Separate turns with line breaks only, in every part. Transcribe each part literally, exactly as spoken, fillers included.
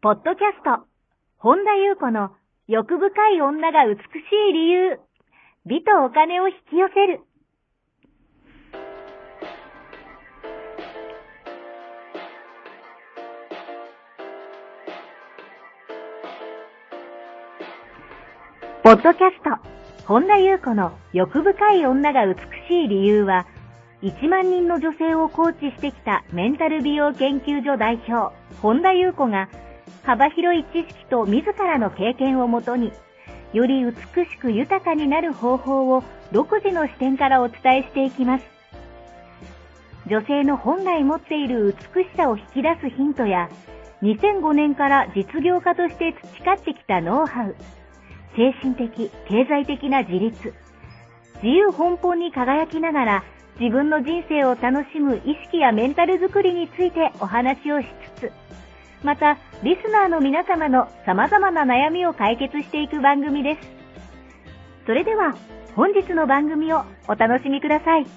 ポッドキャスト、本田裕子の欲深い女が美しい理由、美とお金を引き寄せる。ポッドキャスト、本田裕子の欲深い女が美しい理由は、いちまんにんの女性をコーチしてきたメンタル美容研究所代表、本田裕子が、幅広い知識と自らの経験をもとに、より美しく豊かになる方法を独自の視点からお伝えしていきます。女性の本来持っている美しさを引き出すヒントや、にせんごねんから実業家として培ってきたノウハウ、精神的、経済的な自立、自由奔放に輝きながら自分の人生を楽しむ意識やメンタルづくりについてお話をしつつ、またリスナーの皆様の様々な悩みを解決していく番組です。それでは本日の番組をお楽しみください。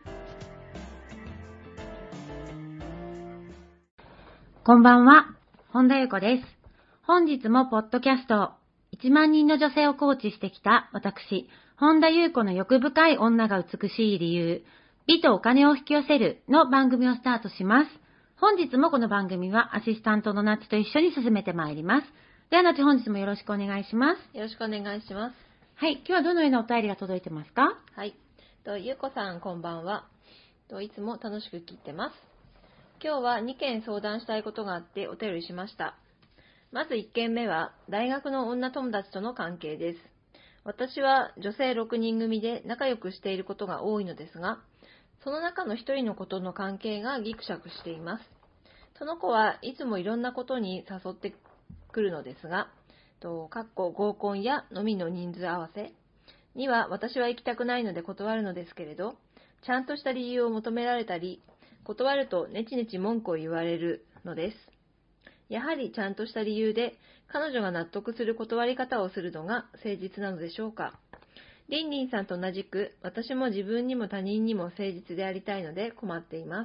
こんばんは、本田裕子です。本日もポッドキャストいちまんにんの女性をコーチしてきた私、本田裕子の欲深い女が美しい理由、美とお金を引き寄せるの番組をスタートします。本日もこの番組はアシスタントのナッチと一緒に進めてまいります。ではナッチ、本日もよろしくお願いします。
よろしくお願いします。
はい、今日はどのようなお便りが届いてますか？
はい。と、ゆうこさんこんばんは。と、いつも楽しく聞いてます。今日はにけん相談したいことがあってお便りしました。まずいっけんめは大学の女友達との関係です。私は女性ろくにん組で仲良くしていることが多いのですが、その中のひとりの子との関係がギクシャクしています。その子はいつもいろんなことに誘ってくるのですが、とかっこ合コンや飲みの人数合わせには私は行きたくないので断るのですけれど、ちゃんとした理由を求められたり、断るとネチネチ文句を言われるのです。やはりちゃんとした理由で彼女が納得する断り方をするのが誠実なのでしょうか。リンリンさんと同じく私も自分にも他人にも誠実でありたいので困っています。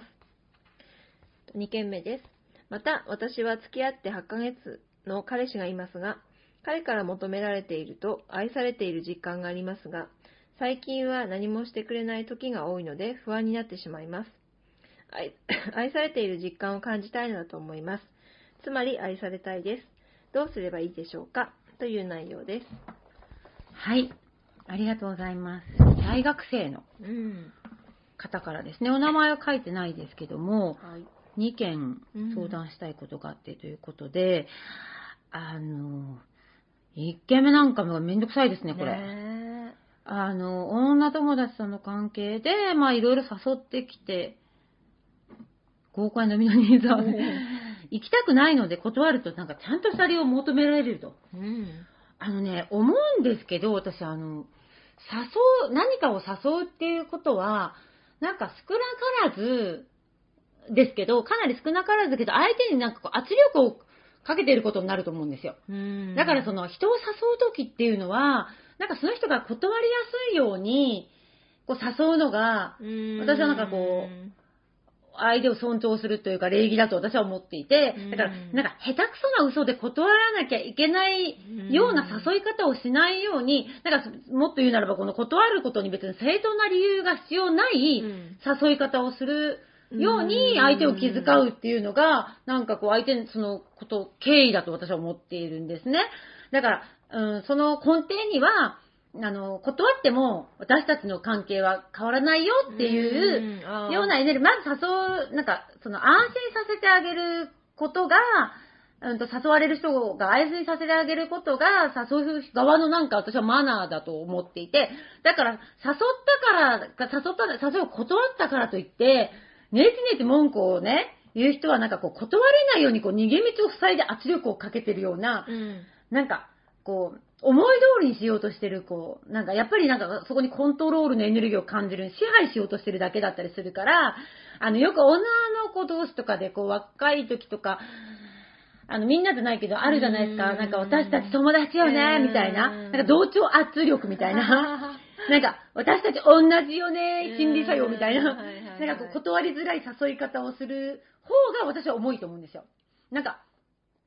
にけんめです。また私は付き合ってはちかげつの彼氏がいますが、彼から求められていると愛されている実感がありますが、最近は何もしてくれない時が多いので不安になってしまいます。 愛, 愛されている実感を感じたいのだと思います。つまり愛されたいです。どうすればいいでしょうか、という内容です。
はい、ありがとうございます。大学生の方からですね、お名前は書いてないですけども、はい、にけん相談したいことがあってということで、うん、あのいっけんめなんかもめんどくさいですね、これ。ね、あの女友達との関係で、まあいろいろ誘ってきて、合コン飲みの人数は行きたくないので断ると、なんかちゃんとした理由を求められると、うん、あのね、思うんですけど、私あの誘う、何かを誘うっていうことはなんか少なからずですけど、かなり少なからずけど、相手になんかこう圧力をかけていることになると思うんですよ。うん、だからその人を誘う時っていうのは、なんかその人が断りやすいようにこう誘うのが、私はなんかこう相手を尊重するというか礼儀だと私は思っていて、だからなんか下手くそな嘘で断らなきゃいけないような誘い方をしないように、なんかもっと言うならば、この断ることに別に正当な理由が必要ない誘い方をするように相手を気遣うっていうのが、なんかこう相手のそのこと敬意だと私は思っているんですね。だから、うん、その根底には、あの断っても私たちの関係は変わらないよっていうようなエネルギー、まず誘う、なんかその安心させてあげることが、うん、と誘われる人が安心させてあげることが誘う側のなんか私はマナーだと思っていて、だから誘ったから誘った誘いを断ったからといってねちねち文句をね言う人は、なんかこう断れないようにこう逃げ道を塞いで圧力をかけてるような、うん、なんかこう思い通りにしようとしてる、こうなんかやっぱりなんかそこにコントロールのエネルギーを感じる、支配しようとしてるだけだったりするから、あのよく女の子同士とかでこう若い時とか、あのみんなじゃないけどあるじゃないですか、なんか私たち友達よねみたいな、なんか同調圧力みたいななんか私たち同じよね心理作用みたいな、なんかこう断りづらい誘い方をする方が私は重いと思うんですよ。なんか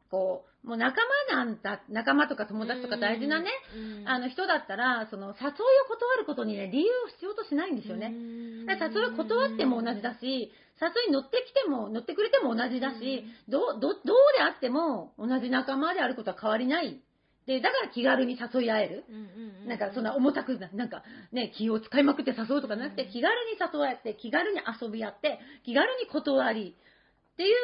こう、もう仲間なんだ、仲間とか友達とか大事なね、あの人だったら、その誘いを断ることにね、理由を必要としないんですよね。だから誘いを断っても同じだし、誘いに乗ってきても、乗ってくれても同じだし、どう、ど、どうであっても同じ仲間であることは変わりない。で、だから気軽に誘い合える。なんかそんな重たくな、なんかね、気を使いまくって誘うとかなくて、気軽に誘い合って、気軽に遊び合って、気軽に断りっていう、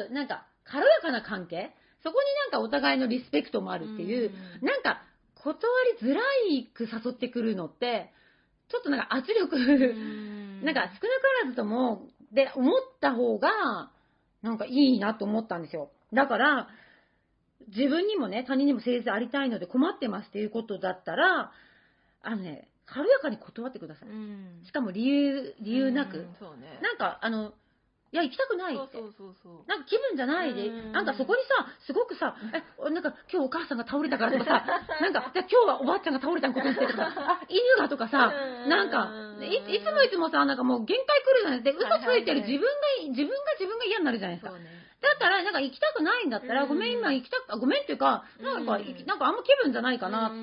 なんか軽やかな関係。そこになんかお互いのリスペクトもあるっていう、なんか断りづらいく誘ってくるのって、ちょっとなんか圧力、なんか少なからずとも、で思った方が、なんかいいなと思ったんですよ。だから、自分にもね、他人にも誠実でありたいので困ってますっていうことだったら、あのね、軽やかに断ってください。しかも理由、理由なく。
そうね、
なんか、あの、いや、行きたくないって。
そうそうそうそう。
なんか気分じゃないで、なんかそこにさ、すごくさ、え、なんか今日お母さんが倒れたからとかさ、なんか、じゃあ今日はおばあちゃんが倒れたことにしてとか、あ、犬がとかさ、なんか、い, いつもいつもさ、なんかもう限界来るじゃないですか。嘘ついてる自分が、自分が自分が嫌になるじゃないですか。だったら、なんか行きたくないんだったら、ごめん、今行きたく、ごめんっていうか、なんか、なんかあんま気分じゃないかなって、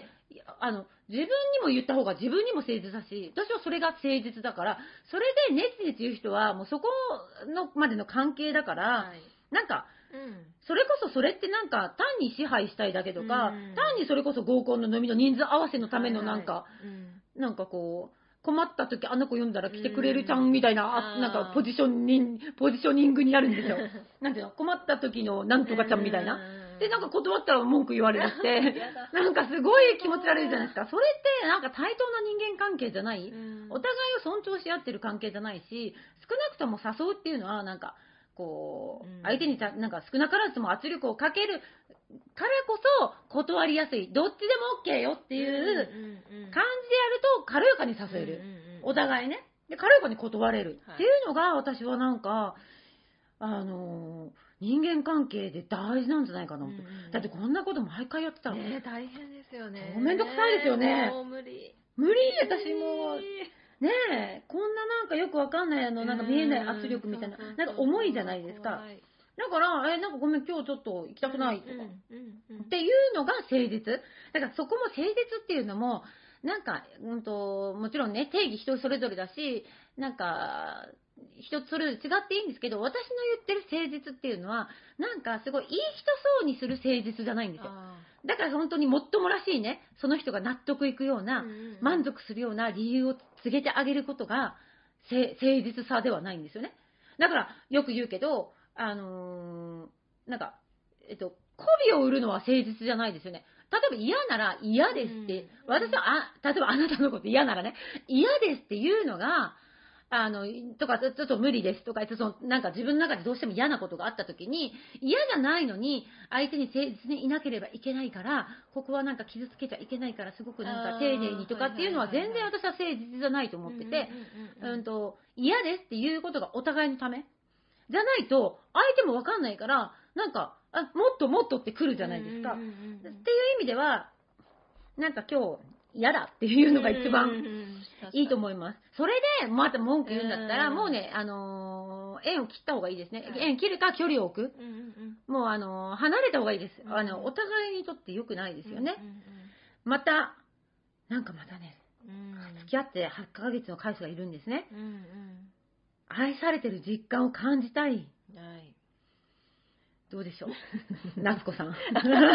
あの、自分にも言った方が自分にも誠実だし、私はそれが誠実だから、それでネチネチ言う人は、もうそこのまでの関係だから、はい、なんか、うん、それこそそれってなんか、単に支配したいだけとか、うん、単にそれこそ合コンの飲みの人数合わせのためのなんか、はいはいうん、なんかこう、困った時あの子読んだら来てくれるちゃんみたいな、うん、なんかポジショニング、ポジショニングになるんですよ。なんていうの、困った時のなんとかちゃんみたいな。で、なんか断ったら文句言われるって、なんかすごい気持ち悪いじゃないですか。それってなんか対等な人間関係じゃない、お互いを尊重し合ってる関係じゃないし、少なくとも誘うっていうのはなんか、こう、相手になんか少なからずも圧力をかけるからこそ断りやすい。どっちでも OK よっていう感じでやると軽やかに誘える。お互いね。で、軽やかに断れる。っていうのが私はなんか、あのー、人間関係で大事なんじゃないかな、うんうん、だってこんなこと毎回やってたら
ね、大変ですよね。
めんどくさいですよね。
もう無理
無理。私もねえ、こんななんかよくわかんないあのなんか見えない圧力みたいな、なんか重いじゃないですか。だからえなんかごめん今日ちょっと行きたくないとか、うんうんうん、っていうのが誠実。だからそこも誠実っていうのもなんか、うんと、もちろんね定義人それぞれだし、なんか人それぞれ違っていいんですけど、私の言ってる誠実っていうのはなんかすごいいい人そうにする誠実じゃないんですよ。だから本当にもっともらしいね、その人が納得いくような、うんうん、満足するような理由を告げてあげることが誠実さではないんですよね。だからよく言うけど、あのー、なんかえっと媚びを売るのは誠実じゃないですよね。例えば嫌なら嫌ですって、うん、私はあ例えばあなたのこと嫌ならね嫌ですっていうのがあの、とか、ちょっと無理ですとか、そのなんか自分の中でどうしても嫌なことがあった時に、嫌じゃないのに、相手に誠実にいなければいけないから、ここはなんか傷つけちゃいけないから、すごくなんか丁寧にとかっていうのは全然私は誠実じゃないと思ってて、うんと、嫌ですっていうことがお互いのためじゃないと、相手もわかんないから、なんか、あ、もっともっとって来るじゃないですか。っていう意味では、なんか今日、嫌だっていうのが一番いいと思います。それでまた文句言うんだったら、もうね、あのー、縁を切った方がいいですね。縁切るか距離を置く。もうあのー、離れた方がいいです。あの、お互いにとって良くないですよね。また、なんかまたね、付き合ってはちかげつの彼氏がいるんですね。愛されてる実感を感じたい。どうでしょう。夏子さん。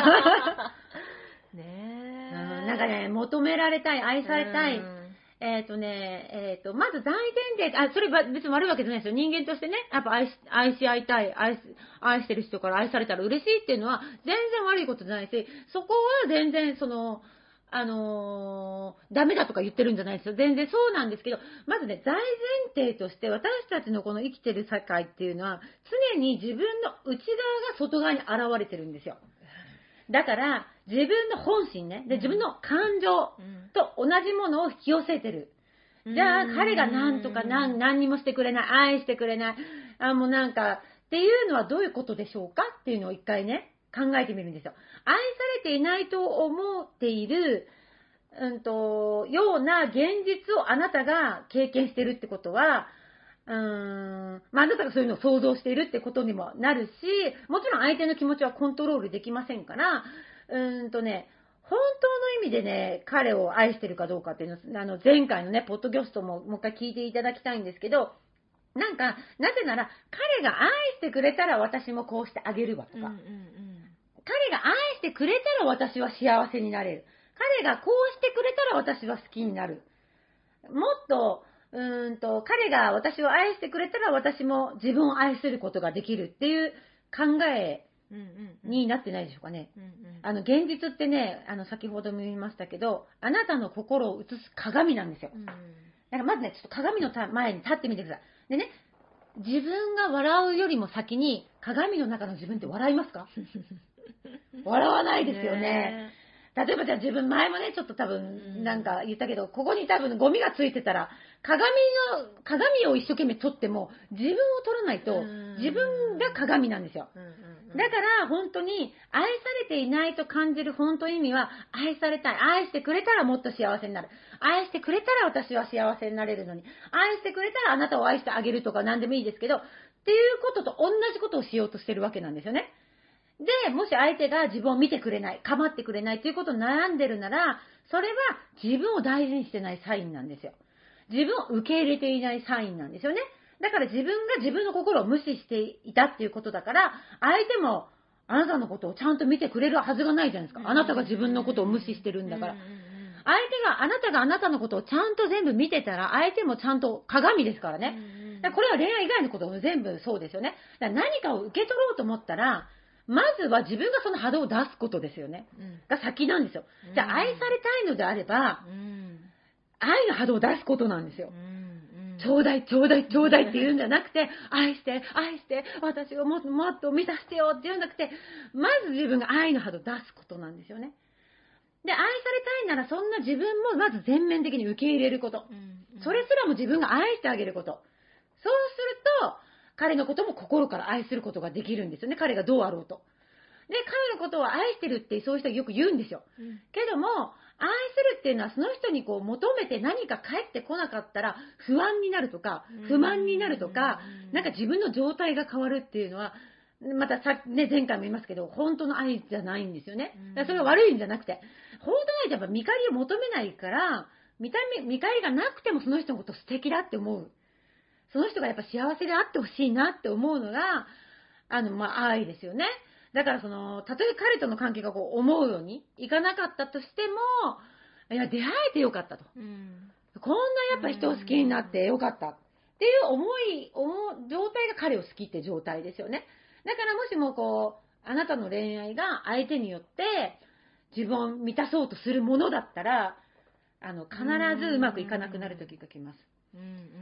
ねえ、なんかね、求められたい、愛されたい。えっ、ー、とね、えっ、ー、と、まず大前提、あ、それ別に悪いわけじゃないですよ。人間としてね、やっぱ愛し、愛し合いたい、愛し、愛してる人から愛されたら嬉しいっていうのは全然悪いことじゃないし、そこは全然その、あのー、ダメだとか言ってるんじゃないですよ。全然そうなんですけど、まずね、大前提として私たちのこの生きてる世界っていうのは、常に自分の内側が外側に現れてるんですよ。だから、自分の本心ね、で自分の感情と同じものを引き寄せてる。じゃあ、彼が何とか何、何にもしてくれない、愛してくれない、あ、もうなんか、っていうのはどういうことでしょうかっていうのを一回ね、考えてみるんですよ。愛されていないと思っている、うんと、ような現実をあなたが経験してるってことは、 うーん、まあ、あなたがそういうのを想像しているってことにもなるし、もちろん相手の気持ちはコントロールできませんから、うーんとね、本当の意味でね、彼を愛してるかどうかっていうの、あの、前回のね、ポッドキャストももう一回聞いていただきたいんですけど、なんか、なぜなら、彼が愛してくれたら私もこうしてあげるわとか、うんうんうん、彼が愛してくれたら私は幸せになれる。彼がこうしてくれたら私は好きになる。もっと、うーんと、彼が私を愛してくれたら私も自分を愛することができるっていう考えになってないでしょうかね。うんうん、あの、現実ってね、あの、先ほども言いましたけど、あなたの心を映す鏡なんですよ。うん、だからまずね、ちょっと鏡の前に立ってみてください。でね、自分が笑うよりも先に鏡の中の自分って笑いますか？笑わないですよね。ね、例えばじゃあ自分前もね、ちょっと多分なんか言ったけど、ここに多分ゴミがついてたら、鏡の、鏡を一生懸命撮っても、自分を撮らないと、自分が鏡なんですよ。だから本当に愛されていないと感じる本当の意味は、愛されたい。愛してくれたらもっと幸せになる。愛してくれたら私は幸せになれるのに。愛してくれたらあなたを愛してあげるとか何でもいいですけど、っていうことと同じことをしようとしてるわけなんですよね。で、もし相手が自分を見てくれない、構ってくれないということを悩んでるなら、それは自分を大事にしてないサインなんですよ。自分を受け入れていないサインなんですよね。だから自分が自分の心を無視していたっていうことだから、相手もあなたのことをちゃんと見てくれるはずがないじゃないですか。あなたが自分のことを無視してるんだから。相手が、あなたがあなたのことをちゃんと全部見てたら、相手もちゃんと鏡ですからね。だからこれは恋愛以外のことも全部そうですよね。だから何かを受け取ろうと思ったら、まずは自分がその波動を出すことですよね。うん、が先なんですよ。じゃあ愛されたいのであれば、うん、愛の波動を出すことなんですよ。うんうん、ちょうだい、ちょうだい、ちょうだいって言うんじゃなくて、愛して、愛して、私をもっともっと満たしてよって言うんじゃなくて、まず自分が愛の波動を出すことなんですよね。で、愛されたいならそんな自分もまず全面的に受け入れること。うんうん、それすらも自分が愛してあげること。そうすると、彼のことも心から愛することができるんですよね。彼がどうあろうと。で、彼のことを愛してるってそういう人はよく言うんですよ。うん、けども、愛するっていうのはその人にこう求めて何か返ってこなかったら不安になるとか、不満になるとか、なんか自分の状態が変わるっていうのは、またさ、ね、前回も言いますけど、本当の愛じゃないんですよね。だからそれが悪いんじゃなくて、本当の愛ってやっぱ見返りを求めないから、見た目、見返りがなくてもその人のこと素敵だって思う。その人がやっぱ幸せであってほしいなって思うのが、あの、まあ、愛ですよね。だからその、たとえ彼との関係がこう思うようにいかなかったとしても、いや、出会えてよかったと。うん、こんなやっぱ人を好きになってよかったっていう思い、思う、状態が彼を好きって状態ですよね。だからもしもこう、あなたの恋愛が相手によって自分を満たそうとするものだったら、あの、必ずうまくいかなくなる時が来ます。うんうん、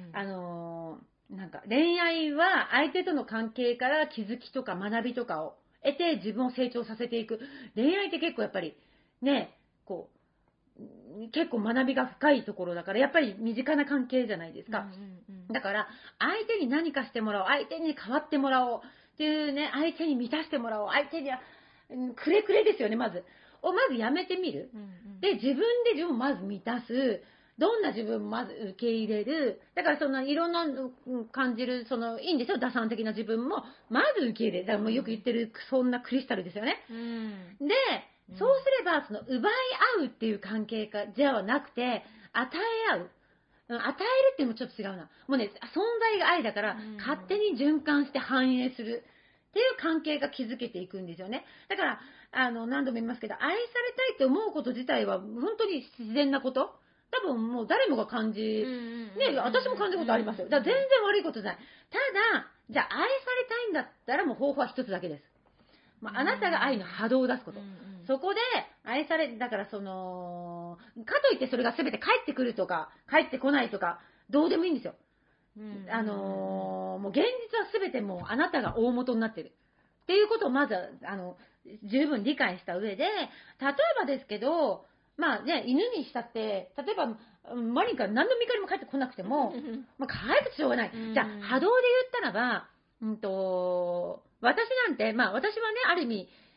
あのー、なんか恋愛は相手との関係から気づきとか学びとかを得て自分を成長させていく。恋愛って結構やっぱりね、こう結構学びが深いところだからやっぱり身近な関係じゃないですか。うんうんうん、だから相手に何かしてもらおう、相手に変わってもらおうっていうね、相手に満たしてもらおう、相手にはくれくれですよね、まずをまずやめてみる。うんうん、で自分で自分をまず満たす。どんな自分もまず受け入れる。だからそのいろんな感じる、そのいいんですよ、打算的な自分もまず受け入れる。だからもうよく言ってる、そんなクリスタルですよね。うん、で、そうすればその奪い合うっていう関係かじゃなくて、与え合う。与えるっていうのもちょっと違うな。もうね、存在が愛だから、勝手に循環して反映する。っていう関係が築けていくんですよね。だから、あの、何度も言いますけど、愛されたいって思うこと自体は、本当に自然なこと。多分もう誰もが感じ、ね、私も感じることありますよ。だから全然悪いことじゃない。ただ、じゃあ愛されたいんだったらもう方法は一つだけです。まあ、あなたが愛の波動を出すこと。そこで愛され、だからその、かといってそれが全て返ってくるとか、返ってこないとか、どうでもいいんですよ。あのー、もう現実は全てもうあなたが大元になってる。っていうことをまず、あの、十分理解した上で、例えばですけど、まあね、犬にしたって、例えば、マリンから何の見返りも返ってこなくても、まあ、返るとしょうがない。じゃあ、波動で言ったらば、うんと、私なんて、まあ私はね、ある意味、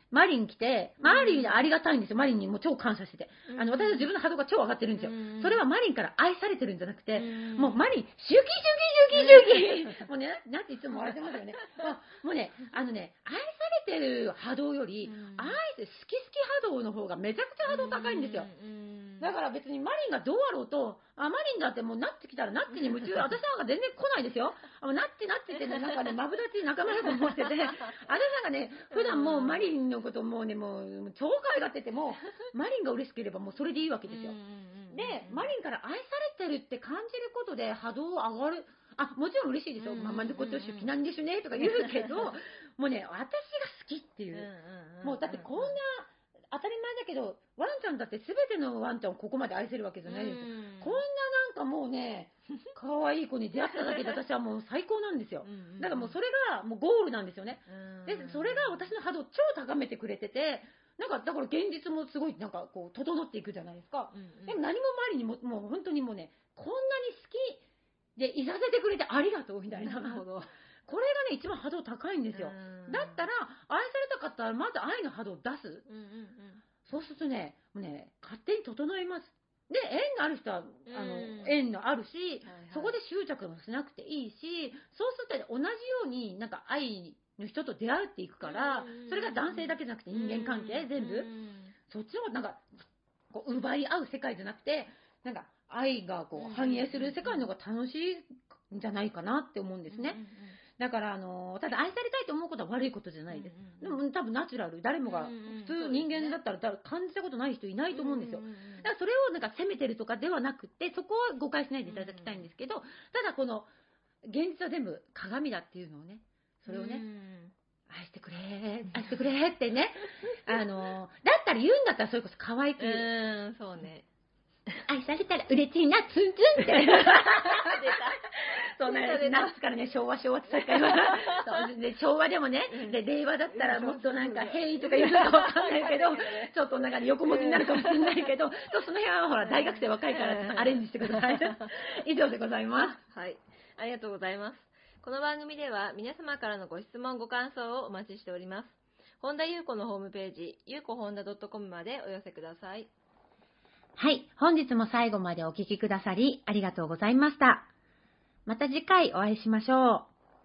マリン来て、マリンありがたいんですよ。マリンにも超感謝してて。あの、私は自分の波動が超上がってるんですよ。それはマリンから愛されてるんじゃなくて、もうマリン、シュキシュキシュキシュキもうね、なんていつも笑ってますよね。もうね、あのね、愛されてる波動より、愛して好き好き波動の方がめちゃくちゃ波動高いんですよ。だから別にマリンがどうあろうと、あ、マリンだってもうナッチ来たらナッチに夢中、私なんか全然来ないですよ。あナッチナッチってね、なんかね、マブダチ仲間だと思ってて、私なんかね、普段もうマリンのこともうね、もう超可愛がってても、マリンが嬉しければもうそれでいいわけですよ。で、マリンから愛されてるって感じることで波動上がる。あ、もちろん嬉しいですよ。ママのこと好きなんでしゅねとか言うけど、もうね、私が好きっていう。もうだってこんな、当たり前だけど、ワンちゃんだって全てのワンちゃんをここまで愛せるわけじゃないですよ。こんななんかもうね、可愛い子に出会っただけで私はもう最高なんですよ。だからもうそれがもうゴールなんですよね。で、それが私の波動を超高めてくれてて、なんかだから現実もすごいなんかこう整っていくじゃないですか。でも何も周りにももう本当にもうね、こんなに好きでいさせてくれてありがとうみたいな。なるほど。これがね、一番波動高いんですよ。だったら、愛されたかったら、まず愛の波動を出す。うんうんうん、そうするとね、もうね、勝手に整います。で、縁がある人は、あの、縁があるし、はいはい、そこで執着もしなくていいし、そうすると同じように、なんか愛の人と出会っていくから、それが男性だけじゃなくて人間関係、全部、そっちのなんか、こう奪い合う世界じゃなくて、なんか愛がこう反映する世界の方が楽しいんじゃないかなって思うんですね。うんうんうん、だから、あの、ただ愛されたいと思うことは悪いことじゃないです。うんうんうん、でも多分ナチュラル、誰もが、普通人間だったら感じたことない人いないと思うんですよ。だからそれをなんか責めてるとかではなくて、そこは誤解しないでいただきたいんですけど、ただこの、現実は全部鏡だっていうのをね、それをね、愛してくれー、愛してくれーってね、あの、だったら言うんだったらそれこそ可愛く言う。
うん、そうね。
愛されたら嬉しいな、ツンツンって。出た。そうなんです。夏からね、昭和昭和ってさっきからそうで昭和でもね、で、令和だったらもっとなんか、へいとか言うのかわかんないけど、ちょっとなんか横文字になるかもしれないけど、その辺はほら、大学生若いからアレンジしてください。以上でございます。
はい。ありがとうございます。この番組では皆様からのご質問、ご感想をお待ちしております。本田裕子のホームページ、ゆうこほんだ .com までお寄せください。
はい。本日も最後までお聞きくださり、ありがとうございました。また次回お会いしましょう。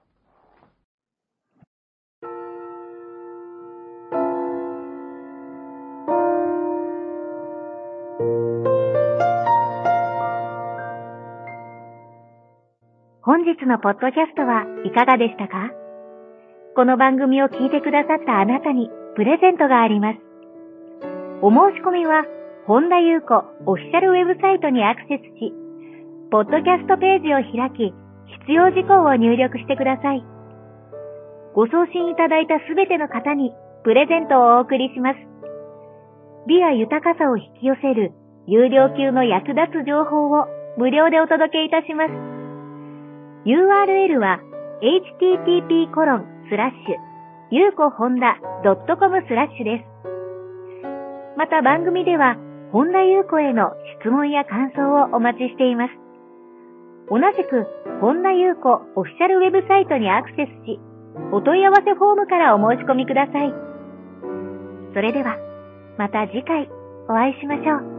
本日のポッドキャストはいかがでしたか？この番組を聞いてくださったあなたにプレゼントがあります。お申し込みは、本田裕子オフィシャルウェブサイトにアクセスし、ポッドキャストページを開き、必要事項を入力してください。ご送信いただいたすべての方にプレゼントをお送りします。美や豊かさを引き寄せる有料級の役立つ情報を無料でお届けいたします。ユーアールエル は エイチティーティーピーコロンスラッシュゆうこほんだ ドットコム スラッシュです。また番組では本田裕子への質問や感想をお待ちしています。同じく本田裕子オフィシャルウェブサイトにアクセスし、お問い合わせフォームからお申し込みください。それではまた次回お会いしましょう。